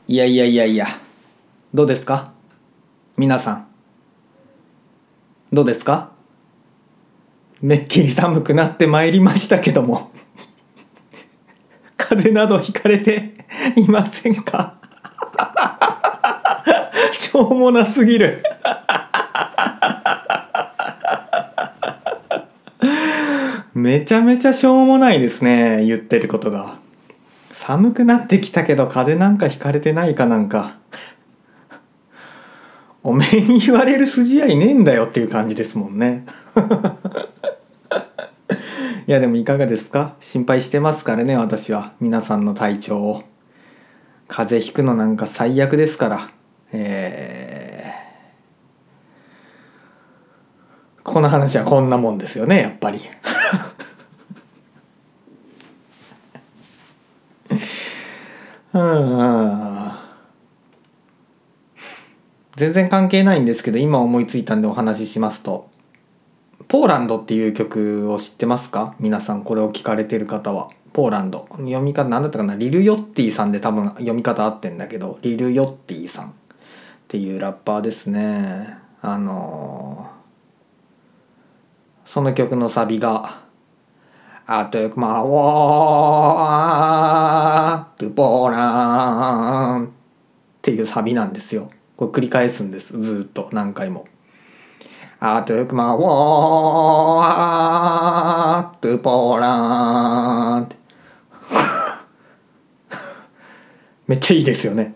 いやいやいやいや、どうですか皆さん。どうですか？めっきり寒くなってまいりましたけども風邪などひかれていませんか？しょうもなすぎる。めちゃめちゃしょうもないですね、言ってることが。寒くなってきたけど風邪なんかひかれてないかなんか。おめえに言われる筋合いねえんだよっていう感じですもんね。いやでもいかがですか？心配してますからね、私は皆さんの体調を。風邪ひくのなんか最悪ですから。この話はこんなもんですよね、やっぱり。全然関係ないんですけど、今思いついたんでお話ししますと、ポーランドっていう曲を知ってますか？皆さんこれを聞かれてる方は。ポーランド。読み方何だったかな？リル・ヨッティさんで多分読み方合ってんだけど、リル・ヨッティさんっていうラッパーですね。その曲のサビがI took my war to Poland っていうサビなんですよ。これ繰り返すんです。ずっと何回も。I took my war to Poland めっちゃいいですよね。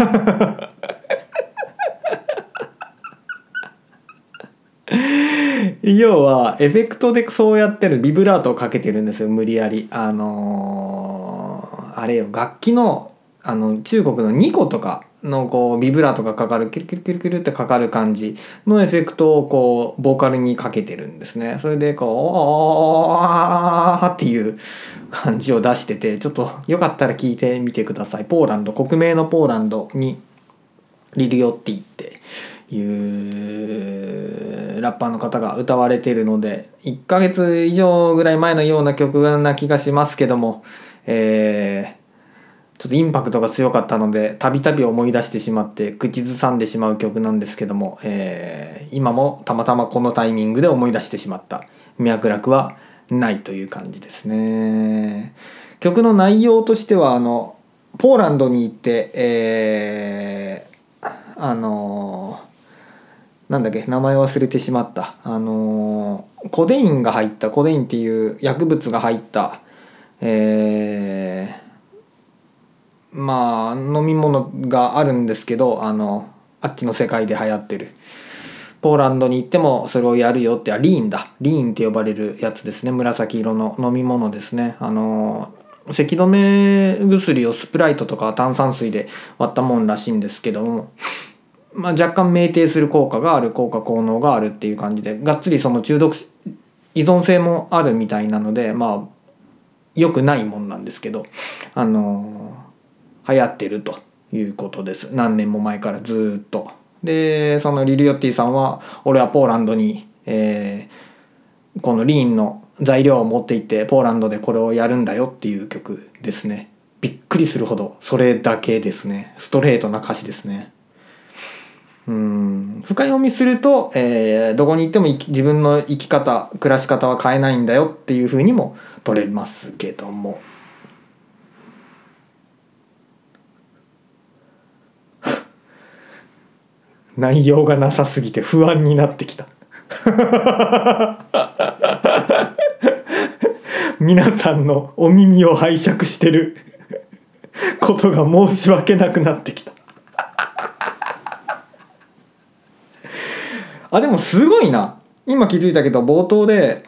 要はエフェクトでそうやってるビブラートをかけてるんですよ、無理やり。あれよ、楽器の中国の2個とかのこうビブラートがかかるキルキルキルキルってかかる感じのエフェクトをこうボーカルにかけてるんですね。それでこうおーっていう感じを出してて、ちょっとよかったら聞いてみてください。ポーランド、国名のポーランドにリル・ヨッティっていうラッパーの方が歌われているので、1ヶ月以上ぐらい前のような曲な気がしますけども、ちょっとインパクトが強かったのでたびたび思い出してしまって口ずさんでしまう曲なんですけども、今もたまたまこのタイミングで思い出してしまった。脈絡はないという感じですね。曲の内容としてはポーランドに行って、なんだっけ、名前忘れてしまった。コデインが入った、コデインっていう薬物が入った、まあ飲み物があるんですけど、あっちの世界で流行ってる。ポーランドに行ってもそれをやるよって、リーンだ。リーンって呼ばれるやつですね。紫色の飲み物ですね。咳止め薬をスプライトとか炭酸水で割ったもんらしいんですけども、まあ、若干酩酊する効果がある、効果効能があるっていう感じで、がっつりその中毒依存性もあるみたいなので、まあ良くないもんなんですけど、流行ってるということです。何年も前からずっと。でそのリル・ヨッティさんは、俺はポーランドに、このリーンの材料を持って行ってポーランドでこれをやるんだよっていう曲ですね。びっくりするほどそれだけですね。ストレートな歌詞ですね。深読みすると、どこに行っても自分の生き方、暮らし方は変えないんだよっていう風にも取れますけども、内容がなさすぎて不安になってきた。皆さんのお耳を拝借してることが申し訳なくなってきた。あ、でもすごいな。今気づいたけど冒頭で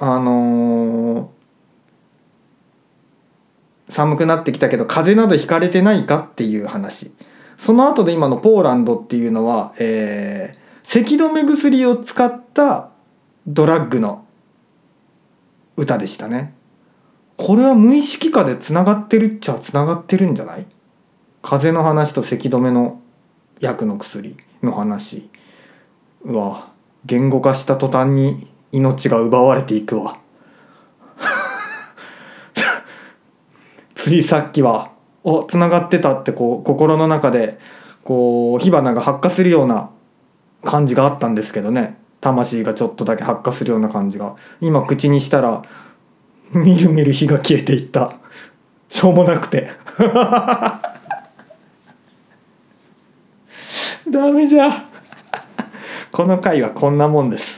寒くなってきたけど風邪などひかれてないかっていう話。その後で今のポーランドっていうのは、咳止め薬を使ったドラッグの歌でしたね。これは無意識下でつながってるっちゃつながってるんじゃない？風邪の話と咳止めの薬の薬の話。うわ、言語化した途端に命が奪われていくわ。ついさっきはつながってたってこう心の中でこう火花が発火するような感じがあったんですけどね。魂がちょっとだけ発火するような感じが今口にしたらみるみる火が消えていった。しょうもなくてダメじゃ。この回はこんなもんです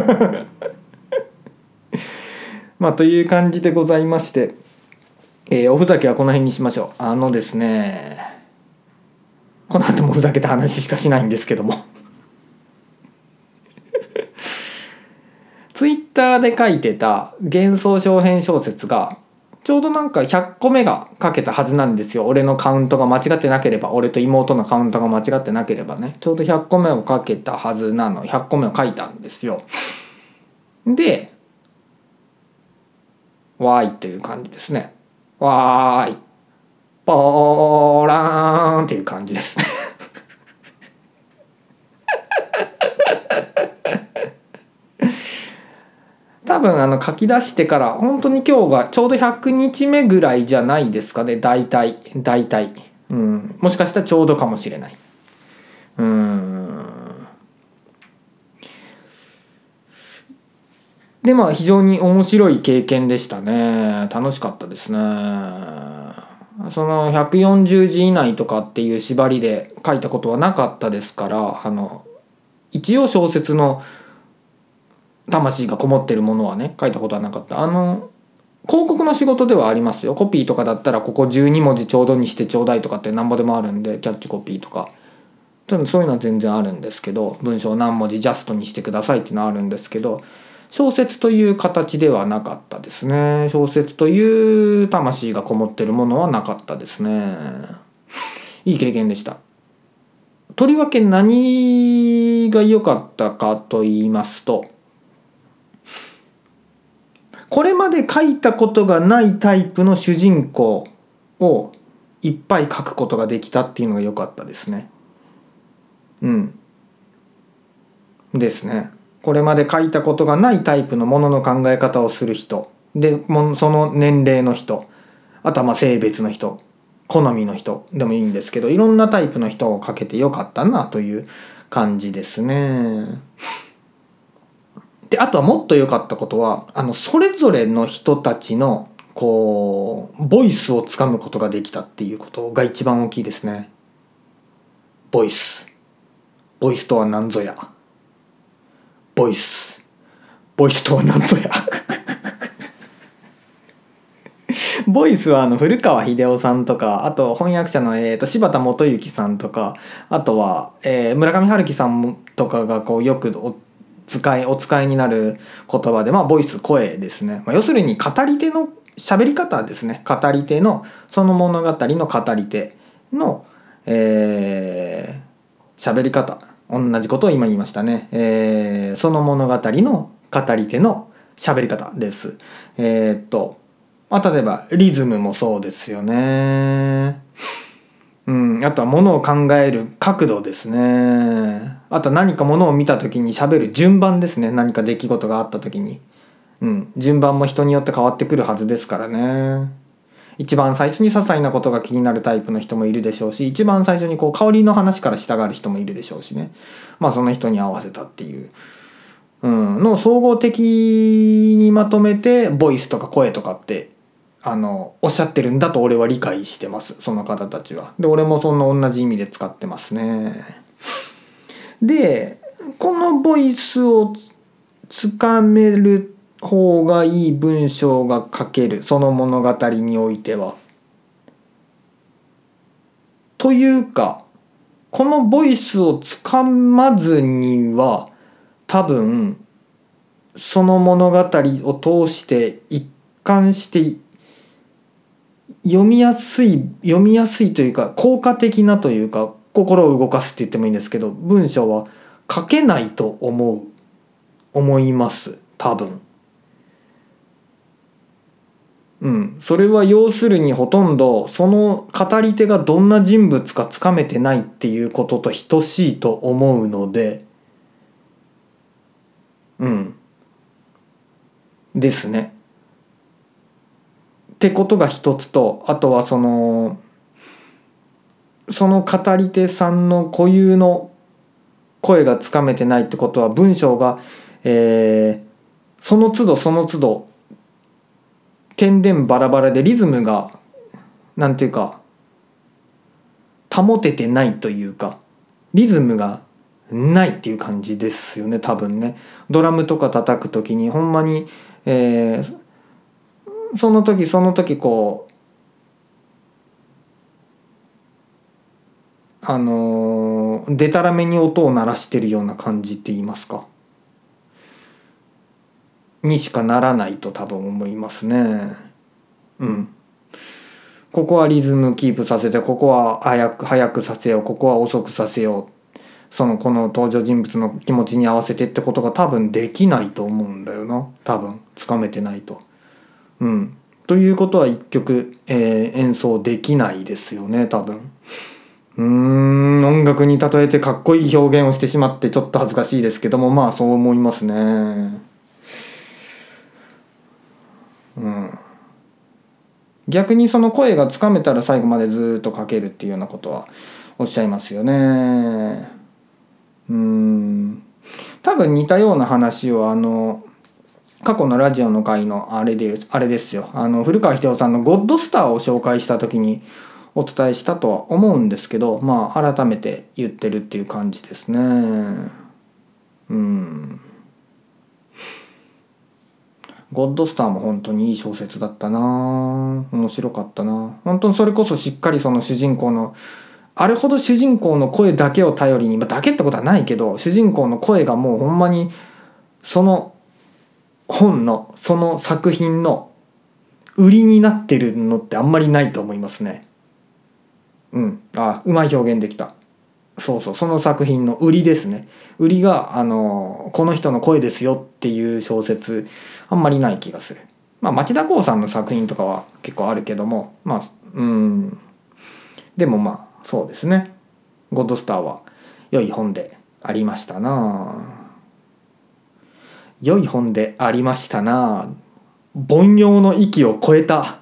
まあという感じでございまして、おふざけはこの辺にしましょう。ですね、この後もふざけた話しかしないんですけどもツイッターで書いてた幻想小編小説がちょうどなんか100個目が書けたはずなんですよ。俺のカウントが間違ってなければ、俺と妹のカウントが間違ってなければね、ちょうど100個目を書けたはずなの。100個目を書いたんですよ。でわーいという感じですね。わーいポーラーンっていう感じですね多分書き出してから本当に今日がちょうど100日目ぐらいじゃないですかね。大体もしかしたらちょうどかもしれない。でまあ非常に面白い経験でしたね。楽しかったですね。その140字以内とかっていう縛りで書いたことはなかったですから、一応小説の魂がこもってるものはね書いたことはなかった。広告の仕事ではありますよ。コピーとかだったらここ12文字ちょうどにしてちょうだいとかってなんぼでもあるんで、キャッチコピーとかそういうのは全然あるんですけど、文章何文字ジャストにしてくださいっていうのはあるんですけど、小説という形ではなかったですね。小説という魂がこもってるものはなかったですね。いい経験でした。とりわけ何が良かったかと言いますと、これまで書いたことがないタイプの主人公をいっぱい書くことができたっていうのが良かったですね。ですね。これまで書いたことがないタイプのものの考え方をする人で、その年齢の人、あとはまあ性別の人、好みの人でもいいんですけど、いろんなタイプの人を書けてよかったなという感じですね。であとはもっと良かったことはそれぞれの人たちのこうボイスをつかむことができたっていうことが一番大きいですね。ボイスとは何ぞや。ボイスとは何ぞやボイスは古川英夫さんとか、あと翻訳者の、柴田元幸さんとか、あとは、村上春樹さんとかがこうよくお使いになる言葉で、まあボイス、声ですね。要するに語り手の喋り方ですね。語り手のその物語の語り手の喋り方、同じことを今言いましたね。その物語の語り手の喋り方です。例えばリズムもそうですよね。あとは物を考える角度ですね。あとは何か物を見た時に喋る順番ですね。何か出来事があった時に、順番も人によって変わってくるはずですからね。一番最初に些細なことが気になるタイプの人もいるでしょうし、一番最初にこう香りの話から従う人もいるでしょうしね。まあその人に合わせたっていう、の総合的にまとめてボイスとか声とかっておっしゃってるんだと俺は理解してます。その方たちは。で俺もそんな同じ意味で使ってますね。でこのボイスをつかめる方がいい文章が書ける、その物語においては。というかこのボイスをつかまずには多分その物語を通して一貫して読みやすいというか効果的なというか心を動かすって言ってもいいんですけど、文章は書けないと思います多分。それは要するにほとんどその語り手がどんな人物かつかめてないっていうことと等しいと思うので、ですね。ってことが一つと、あとはそのその語り手さんの固有の声がつかめてないってことは、文章が、その都度その都度点々バラバラでリズムがなんていうか保ててないというか、リズムがないっていう感じですよね、多分ね。ドラムとか叩く時にほんまに、その時その時こうでたらめに音を鳴らしてるような感じって言いますかにしかならないと多分思いますね。うん。ここはリズムキープさせて、ここは早くさせよう、ここは遅くさせよう、この登場人物の気持ちに合わせてってことが多分できないと思うんだよな、多分つかめてないと。うん。ということは一曲、演奏できないですよね、多分。音楽に例えてかっこいい表現をしてしまってちょっと恥ずかしいですけども、まあそう思いますね。うん。逆にその声がつかめたら最後までずっとかけるっていうようなことはおっしゃいますよね。多分似たような話を過去のラジオの回のあれですよ、古川英夫さんの「ゴッドスター」を紹介した時にお伝えしたとは思うんですけど、まあ改めて言ってるっていう感じですね。ゴッドスターも本当にいい小説だったな、面白かったな。本当にそれこそしっかりその主人公のあれほど主人公の声だけを頼りに、だけってことはないけど、主人公の声がもうほんまにその本のその作品の売りになってるのってあんまりないと思いますね。うまい表現できた。そうそう、その作品の売りですね。売りがこの人の声ですよっていう小説あんまりない気がする。町田光さんの作品とかは結構あるけども、でもそうですね。ゴッドスターは良い本でありましたな。良い本でありましたな。凡庸の域を超えた、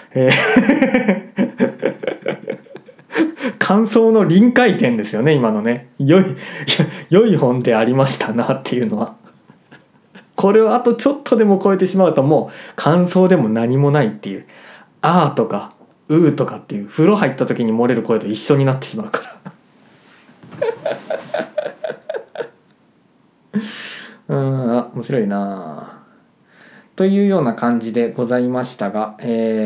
感想の臨界点ですよね、今のね。良い本でありましたなっていうのは。これをあとちょっとでも超えてしまうともう感想でも何もないっていう、あーとかうーとかっていう風呂入った時に漏れる声と一緒になってしまうから面白いなというような感じでございましたが、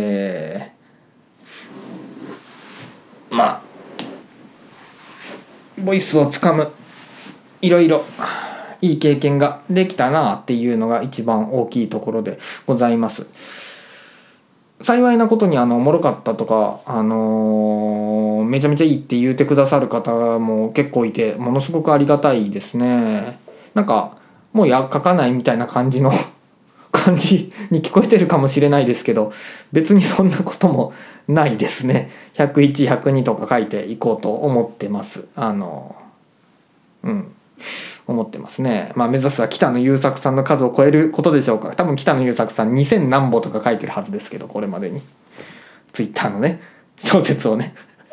ボイスをつかむいろいろいい経験ができたなっていうのが一番大きいところでございます。幸いなことにおもろかったとか、めちゃめちゃいいって言うてくださる方も結構いて、ものすごくありがたいですね。なんかもう書かないみたいな感じの感じに聞こえてるかもしれないですけど、別にそんなこともないですね。101、102とか書いていこうと思ってます。思ってますね。目指すは北野優作さんの数を超えることでしょうか。多分北野優作さん2000何本とか書いてるはずですけど、これまでにツイッターのね小説をね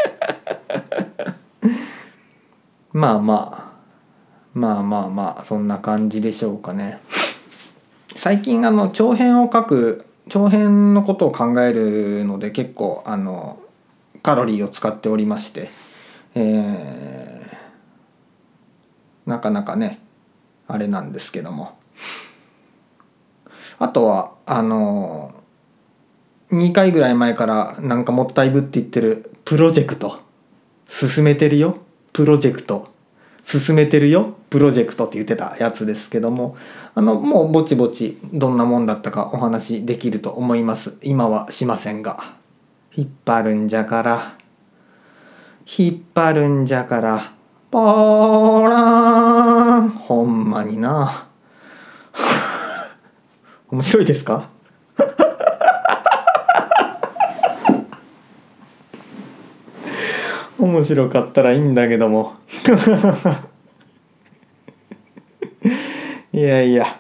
そんな感じでしょうかね。最近長編を書く長編のことを考えるので結構カロリーを使っておりまして、なかなかねあれなんですけども、あとは2回ぐらい前からなんかもったいぶって言ってるプロジェクト進めてるよプロジェクト進めてるよプロジェクトって言ってたやつですけども、もうぼちぼちどんなもんだったかお話できると思います。今はしませんが、引っ張るんじゃからポーラーン、ほんまにな面白いですか？面白かったらいいんだけどもいやいや、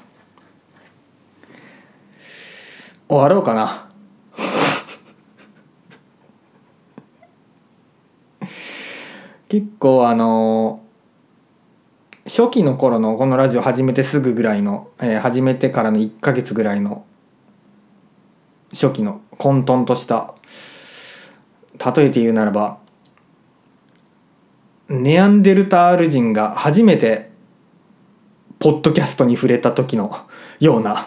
終わろうかな構初期の頃のこのラジオ始めてすぐぐらいの、始めてからの1ヶ月ぐらいの初期の混沌とした、例えて言うならばネアンデルタール人が初めてポッドキャストに触れた時のような、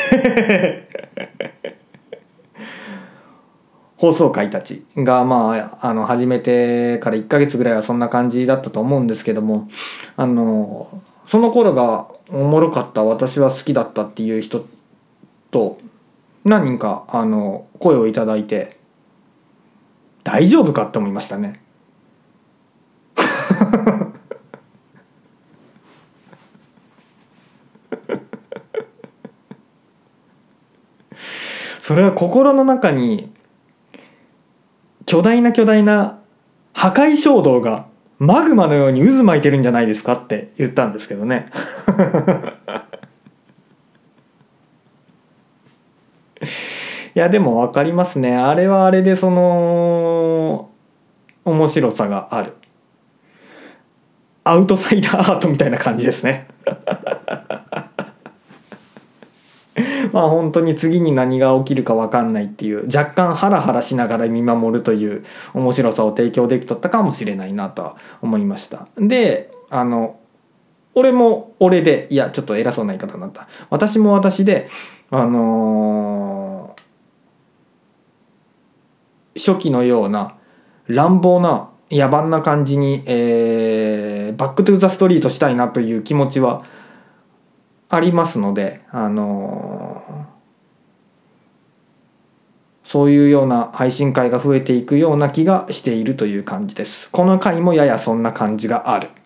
放送回たちが始めてから1ヶ月ぐらいはそんな感じだったと思うんですけども、その頃がおもろかった、私は好きだったっていう人と何人か声をいただいて、大丈夫かって思いましたね。それは心の中に巨大な破壊衝動がマグマのように渦巻いてるんじゃないですかって言ったんですけどね。いやでも分かりますね。あれはあれでその面白さがある。アウトサイダーアートみたいな感じですね。本当に次に何が起きるか分かんないっていう、若干ハラハラしながら見守るという面白さを提供できとったかもしれないなとは思いました。で俺も俺で、いやちょっと偉そうな言い方になった、私も私で初期のような乱暴な野蛮な感じに、バックトゥザストリートしたいなという気持ちはありますので、そういうような配信会が増えていくような気がしているという感じです。この回もややそんな感じがある。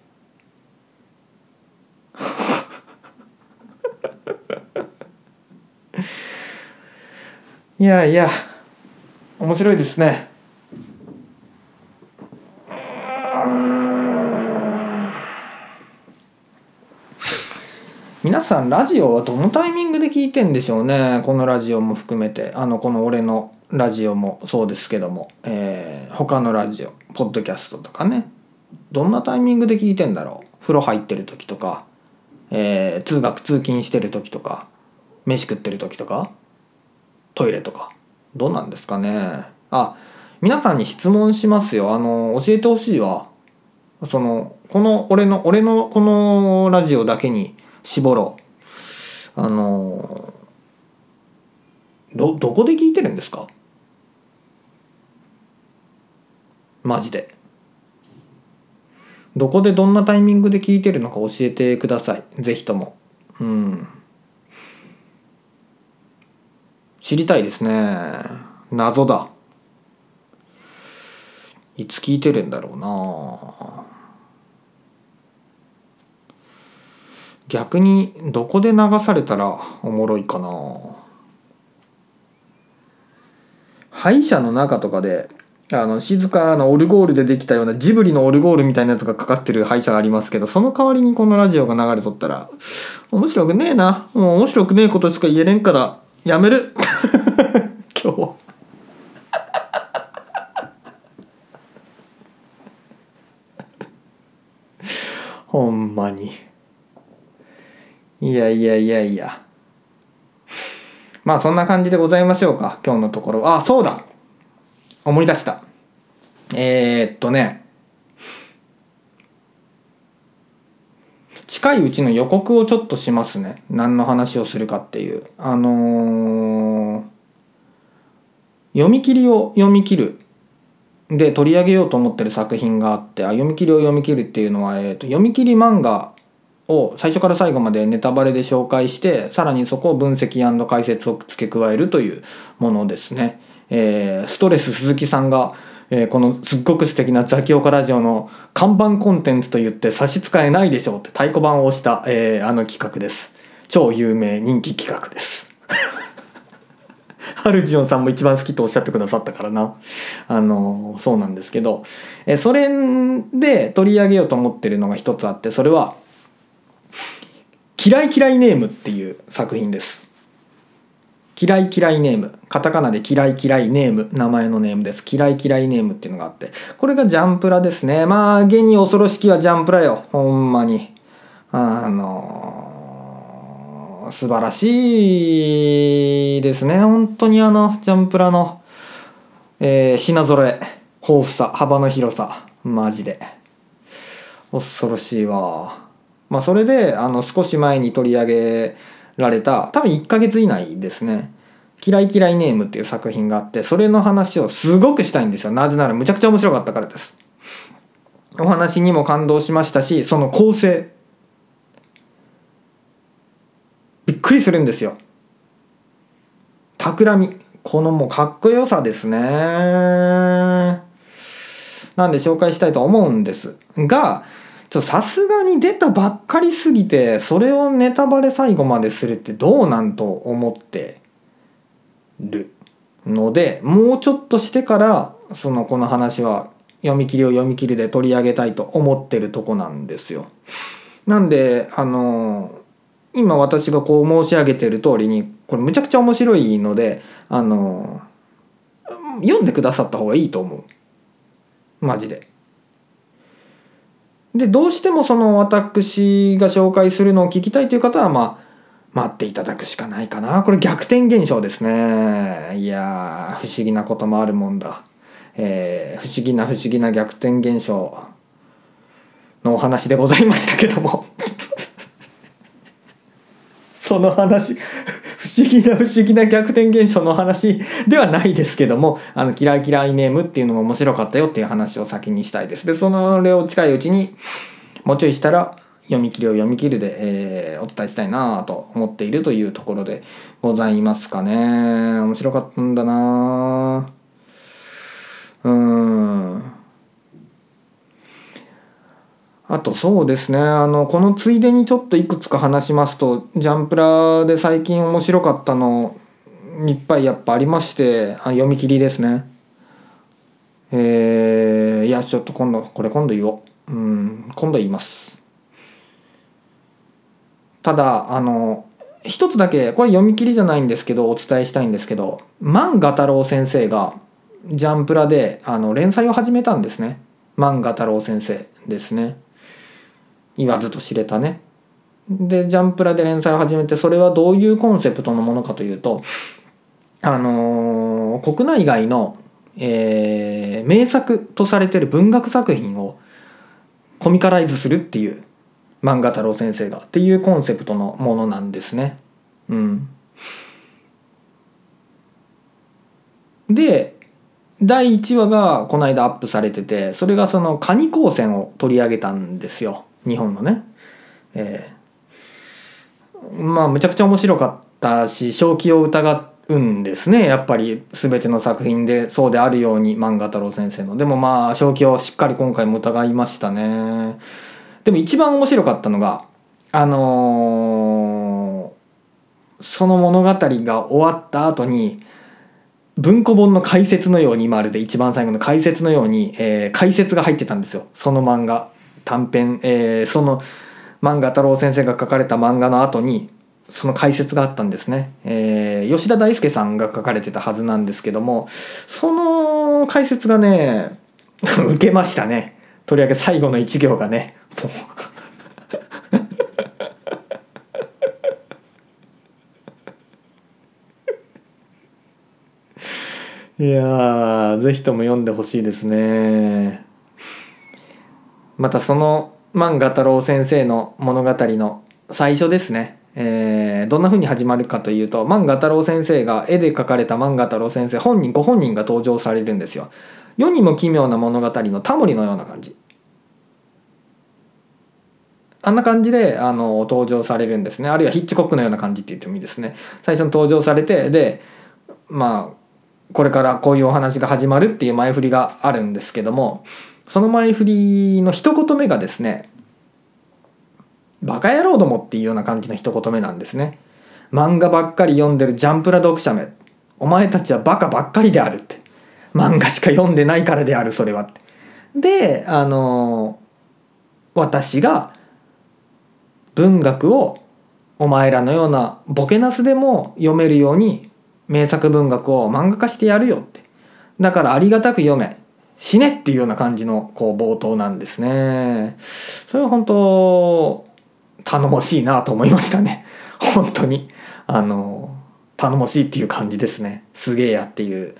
いやいや面白いですね。皆さんラジオはどのタイミングで聞いてんでしょうね。このラジオも含めてこの俺のラジオもそうですけども、他のラジオポッドキャストとかね、どんなタイミングで聞いてんだろう。風呂入ってる時とか、通学通勤してる時とか、飯食ってる時とか、トイレとか、どうなんですかね。皆さんに質問しますよ。教えてほしいわ。この俺のこのラジオだけに絞ろう。どこで聞いてるんですか？マジで。どこでどんなタイミングで聞いてるのか教えてください。ぜひとも。知りたいですね。謎だ。いつ聞いてるんだろうな。逆にどこで流されたらおもろいかな。歯医者の中とかで静かなオルゴールでできたようなジブリのオルゴールみたいなやつがかかってる歯医者がありますけど、その代わりにこのラジオが流れとったら面白くねえな。もう面白くねえことしか言えねえからやめる。今日ほんまにいやそんな感じでございましょうか、今日のところ。そうだ、思い出した。近いうちの予告をちょっとしますね。何の話をするかっていう。読み切りを読み切るで取り上げようと思ってる作品があって、読み切りを読み切るっていうのは、読み切り漫画を最初から最後までネタバレで紹介して、さらにそこを分析&解説を付け加えるというものですね。ストレス鈴木さんが、このすっごく素敵なザキオカラジオの看板コンテンツと言って差し支えないでしょうって太鼓判を押した、企画です。超有名人気企画です。ハルジオンさんも一番好きとおっしゃってくださったからな。そうなんですけど、それで取り上げようと思ってるのが一つあって、それは嫌いネームっていう作品です。嫌いネーム、 カタカナで嫌い嫌いネーム、名前のネームです。嫌い嫌いネームっていうのがあって、これがジャンプラですね。まあ現に恐ろしきはジャンプラよ、ほんまに。素晴らしいですね、本当にジャンプラの、品揃え、豊富さ、幅の広さ、マジで恐ろしいわ。まあそれで少し前に取り上げられた、多分1ヶ月以内ですね、嫌い嫌いネームっていう作品があって、それの話をすごくしたいんですよ。なぜならむちゃくちゃ面白かったからです。お話にも感動しましたし、その構成びっくりするんですよ。企み、このもうかっこよさですね。なんで紹介したいと思うんですが、さすがに出たばっかりすぎて、それをネタバレ最後までするってどうなんと思ってるので、もうちょっとしてからこの話は読み切りを読み切りで取り上げたいと思ってるとこなんですよ。なんで今私がこう申し上げてる通りに、これむちゃくちゃ面白いので読んでくださった方がいいと思う、マジで。でどうしても私が紹介するのを聞きたいという方は待っていただくしかないかな。これ逆転現象ですね。いや不思議なこともあるもんだ。不思議な逆転現象のお話でございましたけどもその話不思議な逆転現象の話ではないですけども、嫌い嫌いネームっていうのが面白かったよっていう話を先にしたいです。でそれを近いうちにもうちょいしたら読み切りを読み切るで、お伝えしたいなと思っているというところでございますかね。面白かったんだな。あとそうですね、このついでにちょっといくつか話しますと、ジャンプラで最近面白かったのいっぱいやっぱありまして、読み切りですね。いやちょっと今度言おう。今度言います。ただ一つだけこれ読み切りじゃないんですけどお伝えしたいんですけど、万画太郎先生がジャンプラで連載を始めたんですね。万画太郎先生ですね。言わずと知れたね。でジャンプラで連載を始めて、それはどういうコンセプトのものかというと、国内外の、名作とされている文学作品をコミカライズするっていう、漫画太郎先生がっていうコンセプトのものなんですね。で第1話がこの間アップされてて、それがカニ高専を取り上げたんですよ、日本のね。むちゃくちゃ面白かったし、正気を疑うんですね、やっぱり全ての作品でそうであるように、漫画太郎先生の。でも正気をしっかり今回も疑いましたね。でも一番面白かったのがその物語が終わった後に文庫本の解説のように、まるで一番最後の解説のように、解説が入ってたんですよ、その漫画短編。その漫画太郎先生が書かれた漫画の後にその解説があったんですね。吉田大輔さんが書かれてたはずなんですけども、その解説がね受けましたね。とりわけ最後の一行がねもういやぜひとも読んでほしいですね。またその万画太郎先生の物語の最初ですね、どんな風に始まるかというと、万画太郎先生が絵で描かれた万画太郎先生ご本人が登場されるんですよ。世にも奇妙な物語のタモリのような感じ、あんな感じで登場されるんですね。あるいはヒッチコックのような感じって言ってもいいですね。最初に登場されて、でこれからこういうお話が始まるっていう前振りがあるんですけども、その前振りの一言目がですね、バカ野郎どもっていうような感じの一言目なんですね。漫画ばっかり読んでるジャンプラ読者め、お前たちはバカばっかりであるって、漫画しか読んでないからであるそれはって。で私が文学をお前らのようなボケナスでも読めるように名作文学を漫画化してやるよって、だからありがたく読め死ねっていうような感じのこう冒頭なんですね。それは本当頼もしいなと思いましたね。本当に頼もしいっていう感じですね。すげえやっていう、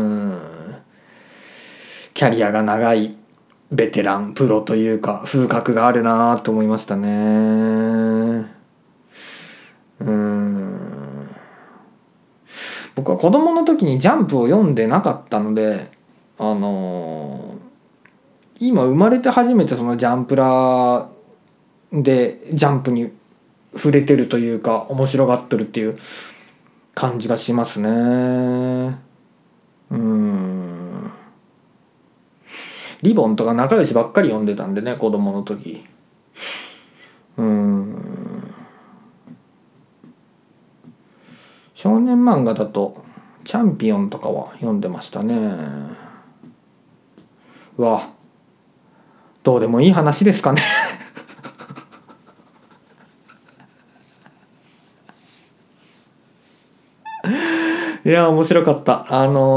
キャリアが長いベテランプロというか風格があるなと思いましたね。僕は子供の時にジャンプを読んでなかったので、今生まれて初めてそのジャンプラでジャンプに触れてるというか面白がってるっていう感じがしますね。リボンとか仲良しばっかり読んでたんでね、子供の時。少年漫画だとチャンピオンとかは読んでましたね。うわ、どうでもいい話ですかね。いや面白かった。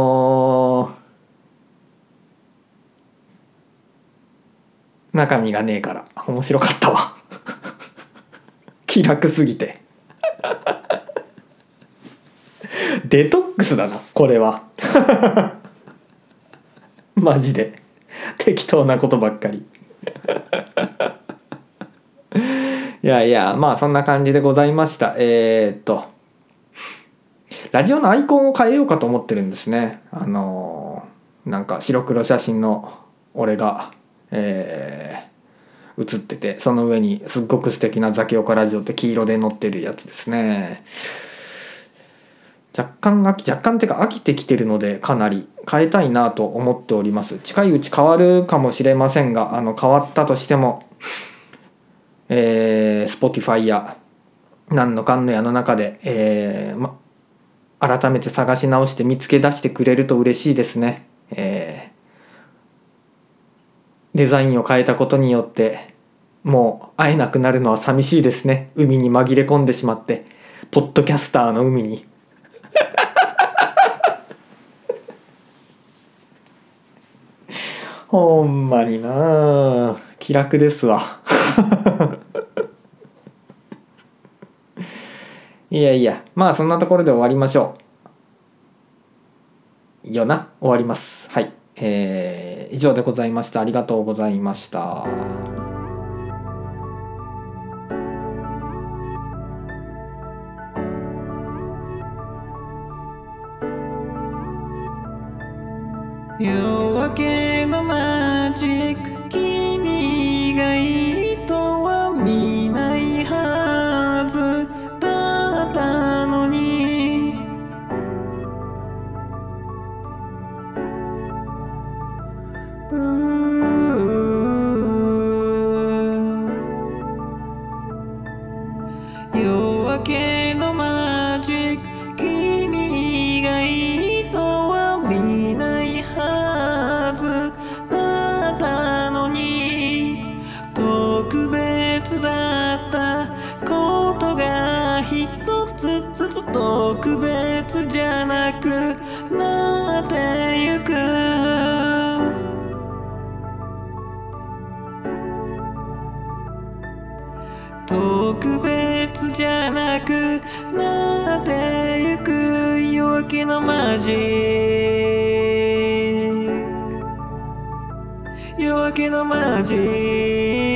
中身がねえから面白かったわ。気楽すぎて。デトックスだなこれは。マジで適当なことばっかり。いやいや、まあそんな感じでございました。ラジオのアイコンを変えようかと思ってるんですね。なんか白黒写真の俺が、写ってて、その上にすっごく素敵なザキオカラジオって黄色で載ってるやつですね。若干っていうか飽きてきてるので、かなり変えたいなと思っております。近いうち変わるかもしれませんが、変わったとしても、Spotify や何のかんのやの中で、改めて探し直して見つけ出してくれると嬉しいですね。デザインを変えたことによってもう会えなくなるのは寂しいですね。海に紛れ込んでしまって、ポッドキャスターの海に。ほんまにな気楽ですわ。いやいや、まあそんなところで終わりましょうよな。終わります。はい、以上でございました。ありがとうございました。 夜明けのマジック、君がいいとは見ないはずだったのに、夜明けのマジック、君がいいとは見ないはずだったのに、特別だったことが一つずつ特別じゃなくなってゆく。特別じゃなくなってゆく。夜明けのマジック、夜明けのマジック。